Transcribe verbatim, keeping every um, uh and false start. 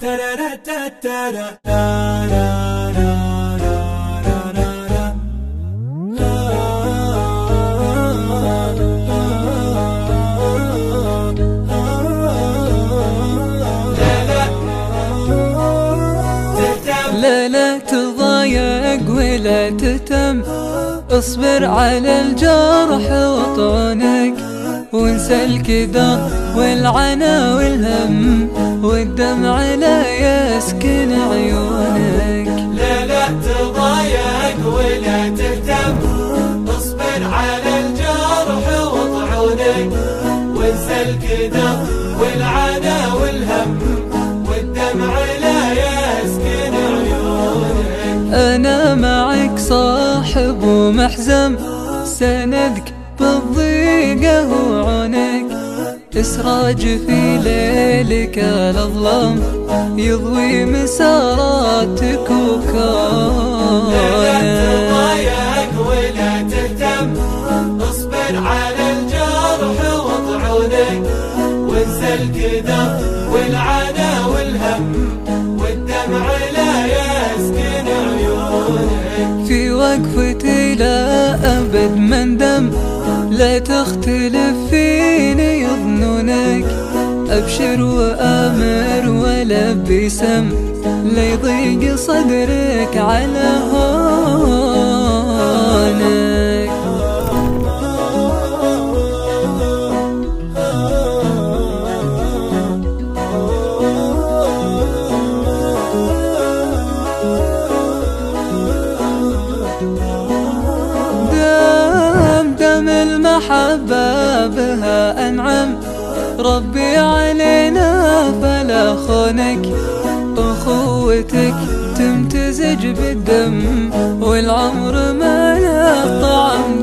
لا لا تضايق ولا تتم، اصبر على الجرح وطونك، وانسى الكدر والعنا والهم، والدمع لا يسكن عيونك. لا لا تضايق ولا تهتم، اصبر على الجرح وطعونك، وانسى الكدر والعنا والهم، والدمع لا يسكن عيونك. أنا معك صاحب ومحزم، سندك بالضيقة وعونك، إسراج في ليلك الأظلام، يضوي مساراتك وكونك. لا تضايق ولا تهتم، اصبر على الجرح وطعونك، وانسى الكدر والعنا والهم، والدمع لا يسكن عيونك. في وقفتي لا أبد مندم، لا تختلف فيني ظنونك، أبشر وآمر ولا ابتسم، لا يضيق صدرك على هونك. المحبة بها أنعم، ربي علينا فلا خونك، أخوتك تمتزج بالدم، والعمر ما له طعم